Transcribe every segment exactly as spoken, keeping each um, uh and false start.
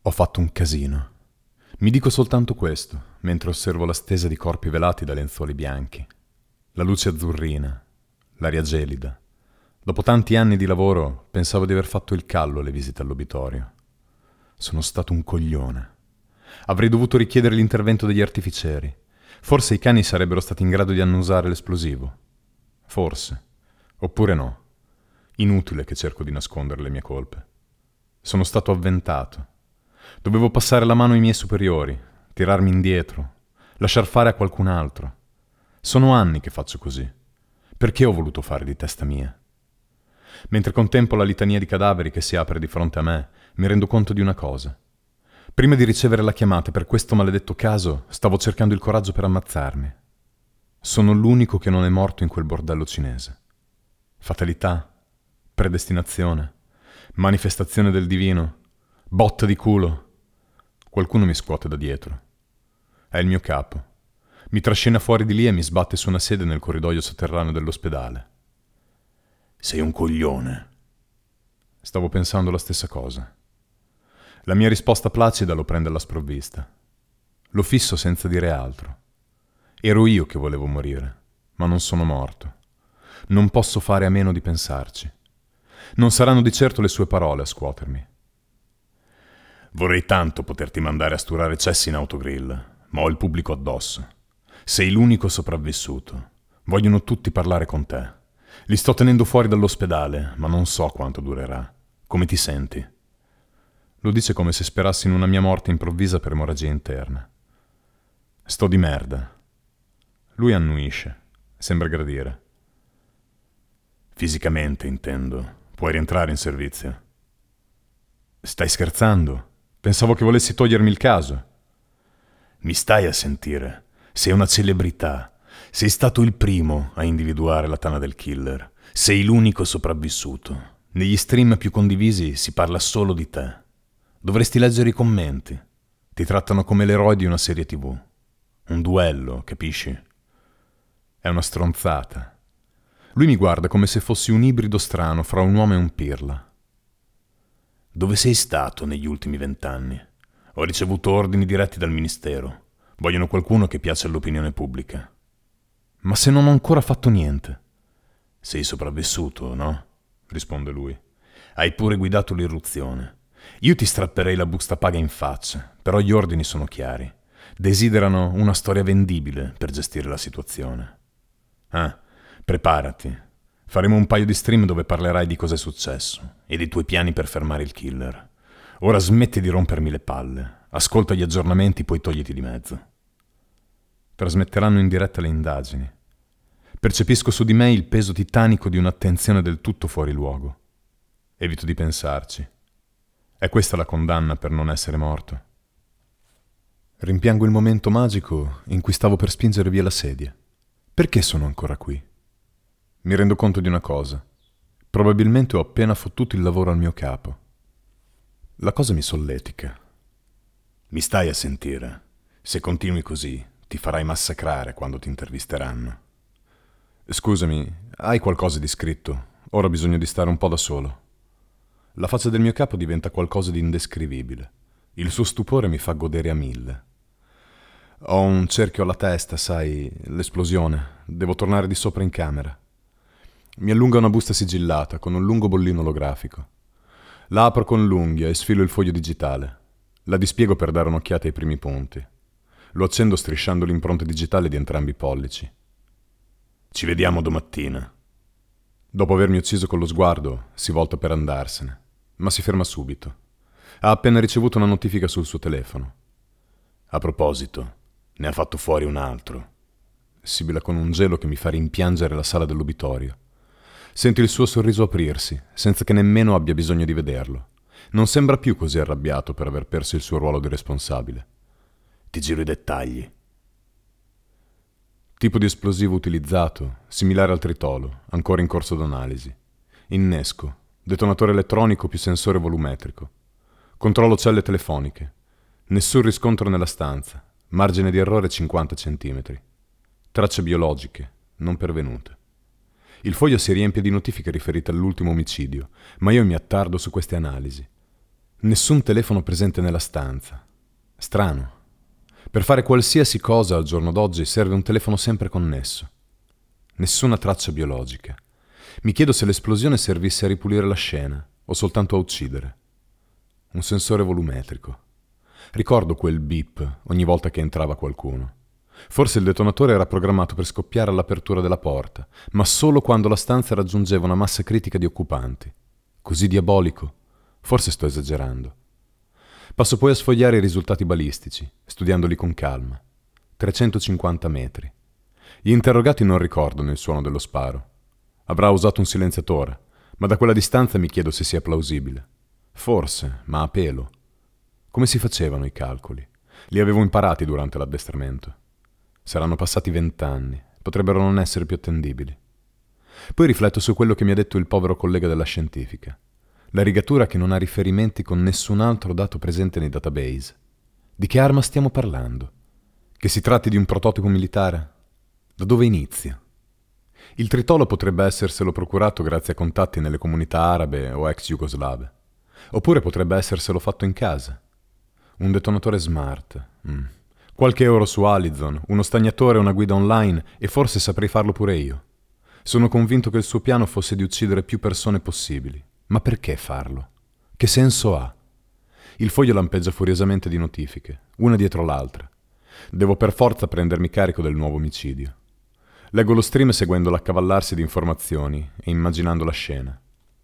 Ho fatto un casino. Mi dico soltanto questo, mentre osservo la stesa di corpi velati da lenzuoli bianchi. La luce azzurrina, l'aria gelida. Dopo tanti anni di lavoro, pensavo di aver fatto il callo alle visite all'obitorio. Sono stato un coglione. Avrei dovuto richiedere l'intervento degli artificieri. Forse i cani sarebbero stati in grado di annusare l'esplosivo. Forse. Oppure no. Inutile che cerco di nascondere le mie colpe. Sono stato avventato. Dovevo passare la mano ai miei superiori, tirarmi indietro, lasciar fare a qualcun altro. Sono anni che faccio così. Perché ho voluto fare di testa mia? Mentre contemplo la litania di cadaveri che si apre di fronte a me, mi rendo conto di una cosa. Prima di ricevere la chiamata per questo maledetto caso, stavo cercando il coraggio per ammazzarmi. Sono l'unico che non è morto in quel bordello cinese. Fatalità? Predestinazione? Manifestazione del divino? Botta di culo? Qualcuno mi scuote da dietro. È il mio capo. Mi trascina fuori di lì e mi sbatte su una sedia nel corridoio sotterraneo dell'ospedale. Sei un coglione. Stavo pensando la stessa cosa. La mia risposta placida lo prende alla sprovvista. Lo fisso senza dire altro. Ero io che volevo morire, ma non sono morto. Non posso fare a meno di pensarci. Non saranno di certo le sue parole a scuotermi. Vorrei tanto poterti mandare a sturare cessi in autogrill, ma ho il pubblico addosso. Sei l'unico sopravvissuto. Vogliono tutti parlare con te. Li sto tenendo fuori dall'ospedale, ma non so quanto durerà. Come ti senti? Lo dice come se sperassi in una mia morte improvvisa per emorragia interna. Sto di merda. Lui annuisce. Sembra gradire. Fisicamente, intendo. Puoi rientrare in servizio. Stai scherzando? Pensavo che volessi togliermi il caso. Mi stai a sentire? Sei una celebrità. Sei stato il primo a individuare la tana del killer. Sei l'unico sopravvissuto. Negli stream più condivisi si parla solo di te. Dovresti leggere i commenti. Ti trattano come l'eroe di una serie tivù. Un duello, capisci? È una stronzata. Lui mi guarda come se fossi un ibrido strano fra un uomo e un pirla. Dove sei stato negli ultimi vent'anni? Ho ricevuto ordini diretti dal ministero. Vogliono qualcuno che piace all'opinione pubblica. Ma se non ho ancora fatto niente? Sei sopravvissuto, no? Risponde lui. Hai pure guidato l'irruzione. Io ti strapperei la busta paga in faccia, però gli ordini sono chiari. Desiderano una storia vendibile per gestire la situazione. Ah, preparati. Faremo un paio di stream dove parlerai di cosa è successo e dei tuoi piani per fermare il killer. Ora smetti di rompermi le palle. Ascolta gli aggiornamenti, poi togliti di mezzo. Trasmetteranno in diretta le indagini. Percepisco su di me il peso titanico di un'attenzione del tutto fuori luogo. Evito di pensarci. È questa la condanna per non essere morto? Rimpiango il momento magico in cui stavo per spingere via la sedia. Perché sono ancora qui? Mi rendo conto di una cosa. Probabilmente ho appena fottuto il lavoro al mio capo. La cosa mi solletica. Mi stai a sentire? Se continui così, ti farai massacrare quando ti intervisteranno. Scusami, hai qualcosa di scritto? Ora ho bisogno di stare un po' da solo. La faccia del mio capo diventa qualcosa di indescrivibile. Il suo stupore mi fa godere a mille. Ho un cerchio alla testa, sai, l'esplosione. Devo tornare di sopra in camera. Mi allunga una busta sigillata con un lungo bollino olografico. La apro con l'unghia e sfilo il foglio digitale. La dispiego per dare un'occhiata ai primi punti. Lo accendo strisciando l'impronta digitale di entrambi i pollici. Ci vediamo domattina. Dopo avermi ucciso con lo sguardo, si volta per andarsene, ma si ferma subito. Ha appena ricevuto una notifica sul suo telefono. A proposito, ne ha fatto fuori un altro. Sibila con un gelo che mi fa rimpiangere la sala dell'obitorio. Sento il suo sorriso aprirsi, senza che nemmeno abbia bisogno di vederlo. Non sembra più così arrabbiato per aver perso il suo ruolo di responsabile. Ti giro i dettagli. Tipo di esplosivo utilizzato, similare al tritolo, ancora in corso d'analisi. Innesco, detonatore elettronico più sensore volumetrico. Controllo celle telefoniche. Nessun riscontro nella stanza. Margine di errore cinquanta centimetri. Tracce biologiche, non pervenute. Il foglio si riempie di notifiche riferite all'ultimo omicidio, ma io mi attardo su queste analisi. Nessun telefono presente nella stanza. Strano. Per fare qualsiasi cosa al giorno d'oggi serve un telefono sempre connesso. Nessuna traccia biologica. Mi chiedo se l'esplosione servisse a ripulire la scena o soltanto a uccidere. Un sensore volumetrico. Ricordo quel beep ogni volta che entrava qualcuno. Forse il detonatore era programmato per scoppiare all'apertura della porta, ma solo quando la stanza raggiungeva una massa critica di occupanti. Così diabolico? Forse sto esagerando. Passo poi a sfogliare i risultati balistici, studiandoli con calma. trecentocinquanta metri. Gli interrogati non ricordano il suono dello sparo. Avrà usato un silenziatore, ma da quella distanza mi chiedo se sia plausibile. Forse, ma a pelo. Come si facevano i calcoli? Li avevo imparati durante l'addestramento. Saranno passati vent'anni, potrebbero non essere più attendibili. Poi rifletto su quello che mi ha detto il povero collega della scientifica. La rigatura che non ha riferimenti con nessun altro dato presente nei database. Di che arma stiamo parlando? Che si tratti di un prototipo militare? Da dove inizia? Il tritolo potrebbe esserselo procurato grazie a contatti nelle comunità arabe o ex jugoslave. Oppure potrebbe esserselo fatto in casa. Un detonatore smart. Mm. Qualche euro su Alizon, uno stagnatore e una guida online e forse saprei farlo pure io. Sono convinto che il suo piano fosse di uccidere più persone possibili. Ma perché farlo? Che senso ha? Il foglio lampeggia furiosamente di notifiche, una dietro l'altra. Devo per forza prendermi carico del nuovo omicidio. Leggo lo stream seguendo l'accavallarsi di informazioni e immaginando la scena.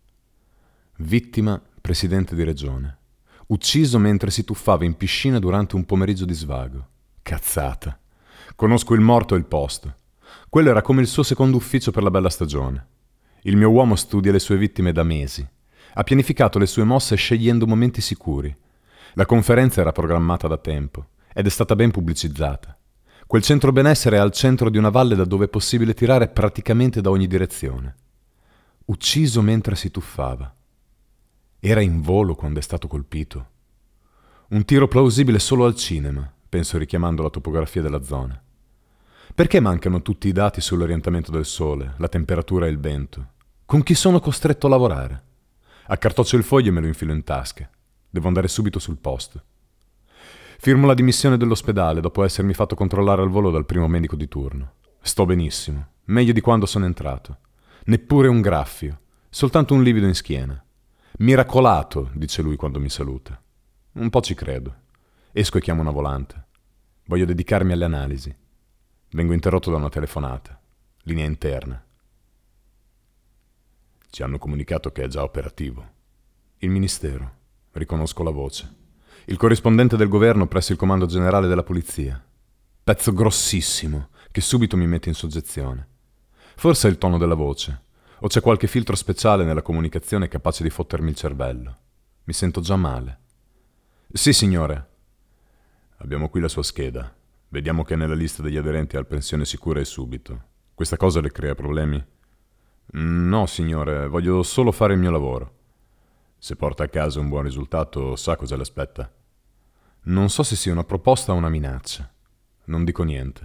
Vittima, presidente di regione. Ucciso mentre si tuffava in piscina durante un pomeriggio di svago. Cazzata. Conosco il morto e il posto. Quello era come il suo secondo ufficio per la bella stagione. Il mio uomo studia le sue vittime da mesi. Ha pianificato le sue mosse scegliendo momenti sicuri. La conferenza era programmata da tempo ed è stata ben pubblicizzata. Quel centro benessere è al centro di una valle da dove è possibile tirare praticamente da ogni direzione. Ucciso mentre si tuffava. Era in volo quando è stato colpito. Un tiro plausibile solo al cinema, penso richiamando la topografia della zona. Perché mancano tutti i dati sull'orientamento del sole, la temperatura e il vento? Con chi sono costretto a lavorare? Accartoccio il foglio e me lo infilo in tasca. Devo andare subito sul posto. Firmo la dimissione dall'ospedale dopo essermi fatto controllare al volo dal primo medico di turno. Sto benissimo, meglio di quando sono entrato. Neppure un graffio, soltanto un livido in schiena. Miracolato, dice lui quando mi saluta. Un po' ci credo. Esco e chiamo una volante. Voglio dedicarmi alle analisi. Vengo interrotto da una telefonata. Linea interna. Ci hanno comunicato che è già operativo. Il ministero. Riconosco la voce. Il corrispondente del governo presso il comando generale della polizia. Pezzo grossissimo, che subito mi mette in soggezione. Forse è il tono della voce, o c'è qualche filtro speciale nella comunicazione capace di fottermi il cervello. Mi sento già male. Sì, signore. Abbiamo qui la sua scheda. Vediamo che nella lista degli aderenti al pensione sicura e subito. Questa cosa le crea problemi? No, signore, voglio solo fare il mio lavoro. Se porta a casa un buon risultato, sa cosa le aspetta? Non so se sia una proposta o una minaccia. Non dico niente.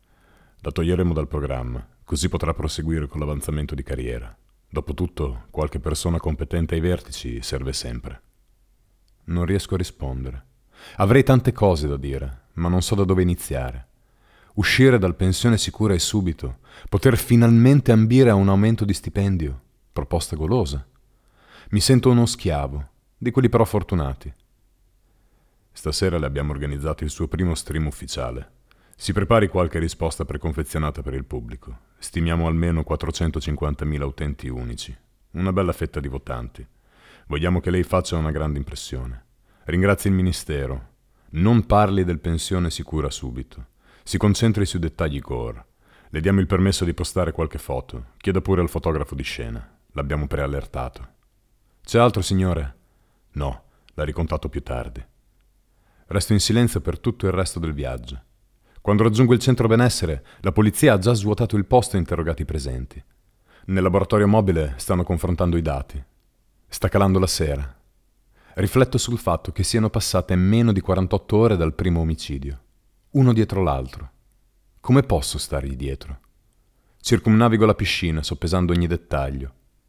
La toglieremo dal programma, così potrà proseguire con l'avanzamento di carriera. Dopotutto, qualche persona competente ai vertici serve sempre. Non riesco a rispondere. Avrei tante cose da dire, ma non so da dove iniziare. Uscire dal pensione sicura e subito, poter finalmente ambire a un aumento di stipendio, proposta golosa. Mi sento uno schiavo, di quelli però fortunati. Stasera le abbiamo organizzato il suo primo stream ufficiale. Si prepari qualche risposta preconfezionata per il pubblico. Stimiamo almeno quattrocentocinquantamila utenti unici. Una bella fetta di votanti. Vogliamo che lei faccia una grande impressione. Ringrazi il ministero. Non parli del pensione sicura subito. Si concentri sui dettagli core. Le diamo il permesso di postare qualche foto. Chieda pure al fotografo di scena. L'abbiamo preallertato. C'è altro, signore? No, l'ha ricontato più tardi. Resto in silenzio per tutto il resto del viaggio. Quando raggiungo il centro benessere, la polizia ha già svuotato il posto e interrogato i presenti. Nel laboratorio mobile stanno confrontando i dati. Sta calando la sera. Rifletto sul fatto che siano passate meno di quarantotto ore dal primo omicidio, uno dietro l'altro. Come posso stargli dietro? Circumnavigo la piscina, soppesando ogni dettaglio.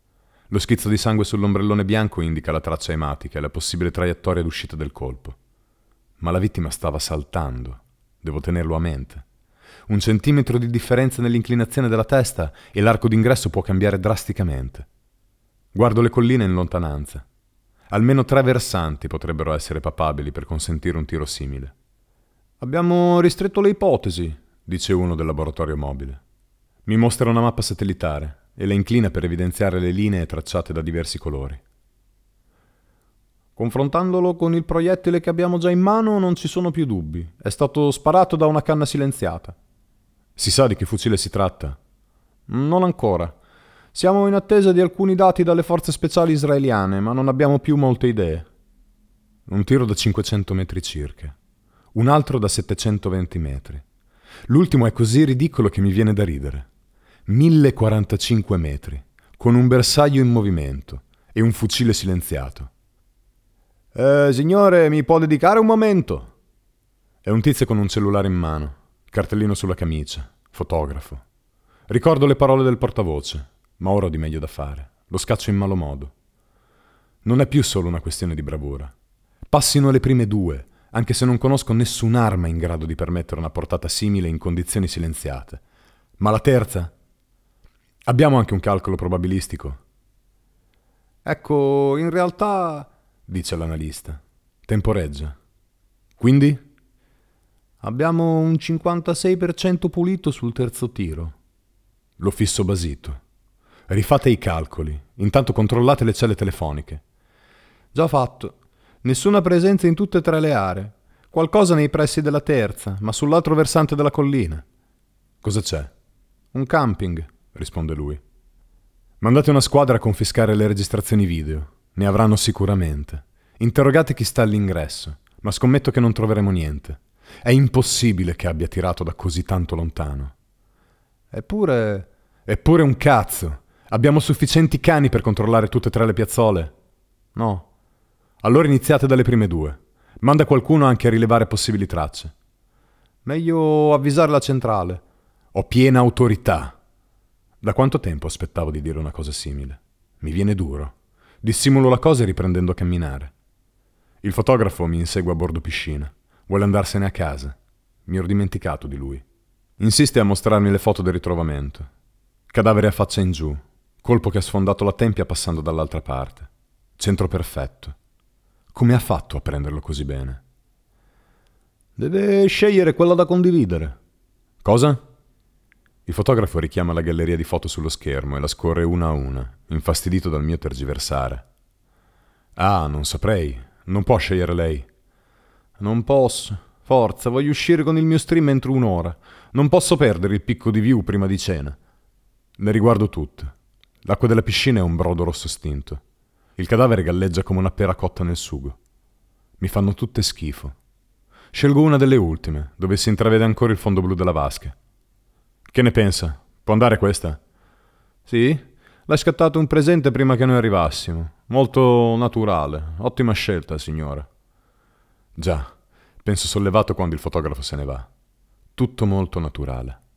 Lo schizzo di sangue sull'ombrellone bianco indica la traccia ematica e la possibile traiettoria d'uscita del colpo. Ma la vittima stava saltando. Devo tenerlo a mente. Un centimetro di differenza nell'inclinazione della testa e l'arco d'ingresso può cambiare drasticamente. Guardo le colline in lontananza. Almeno tre versanti potrebbero essere papabili per consentire un tiro simile. «Abbiamo ristretto le ipotesi», dice uno del laboratorio mobile. Mi mostra una mappa satellitare e la inclina per evidenziare le linee tracciate da diversi colori. «Confrontandolo con il proiettile che abbiamo già in mano non ci sono più dubbi. È stato sparato da una canna silenziata». «Si sa di che fucile si tratta?» «Non ancora. Siamo in attesa di alcuni dati dalle forze speciali israeliane, ma non abbiamo più molte idee». Un tiro da cinquecento metri circa. Un altro da settecentoventi metri. L'ultimo è così ridicolo che mi viene da ridere. mille quarantacinque metri, con un bersaglio in movimento e un fucile silenziato. Eh, signore, mi può dedicare un momento? È un tizio con un cellulare in mano, cartellino sulla camicia, fotografo. Ricordo le parole del portavoce, ma ora ho di meglio da fare. Lo scaccio in malo modo. Non è più solo una questione di bravura. Passino le prime due, anche se non conosco nessun'arma in grado di permettere una portata simile in condizioni silenziate. Ma la terza? Abbiamo anche un calcolo probabilistico. Ecco, in realtà, dice l'analista, temporeggia. Quindi? Abbiamo un cinquantasei per cento pulito sul terzo tiro. Lo fisso basito. Rifate i calcoli, intanto controllate le celle telefoniche. Già fatto. Nessuna presenza in tutte e tre le aree. Qualcosa nei pressi della terza, ma sull'altro versante della collina. Cosa c'è? Un camping, risponde lui. Mandate una squadra a confiscare le registrazioni video. Ne avranno sicuramente. Interrogate chi sta all'ingresso, ma scommetto che non troveremo niente. È impossibile che abbia tirato da così tanto lontano. Eppure... Eppure un cazzo! Abbiamo sufficienti cani per controllare tutte e tre le piazzole? No. Allora iniziate dalle prime due. Manda qualcuno anche a rilevare possibili tracce. Meglio avvisare la centrale. Ho piena autorità. Da quanto tempo aspettavo di dire una cosa simile? Mi viene duro. Dissimulo la cosa riprendendo a camminare. Il fotografo mi insegue a bordo piscina. Vuole andarsene a casa. Mi ero dimenticato di lui. Insiste a mostrarmi le foto del ritrovamento. Cadavere a faccia in giù. Colpo che ha sfondato la tempia passando dall'altra parte. Centro perfetto. Come ha fatto a prenderlo così bene? Deve scegliere quella da condividere. Cosa? Il fotografo richiama la galleria di foto sullo schermo e la scorre una a una, infastidito dal mio tergiversare. Ah, non saprei. Non può scegliere lei. Non posso. Forza, voglio uscire con il mio stream entro un'ora. Non posso perdere il picco di view prima di cena. Le riguardo tutte. L'acqua della piscina è un brodo rosso stinto. Il cadavere galleggia come una pera cotta nel sugo. Mi fanno tutte schifo. Scelgo una delle ultime, dove si intravede ancora il fondo blu della vasca. Che ne pensa? Può andare questa? Sì, l'hai scattato un presente prima che noi arrivassimo. Molto naturale. Ottima scelta, signora. Già, penso sollevato quando il fotografo se ne va. Tutto molto naturale.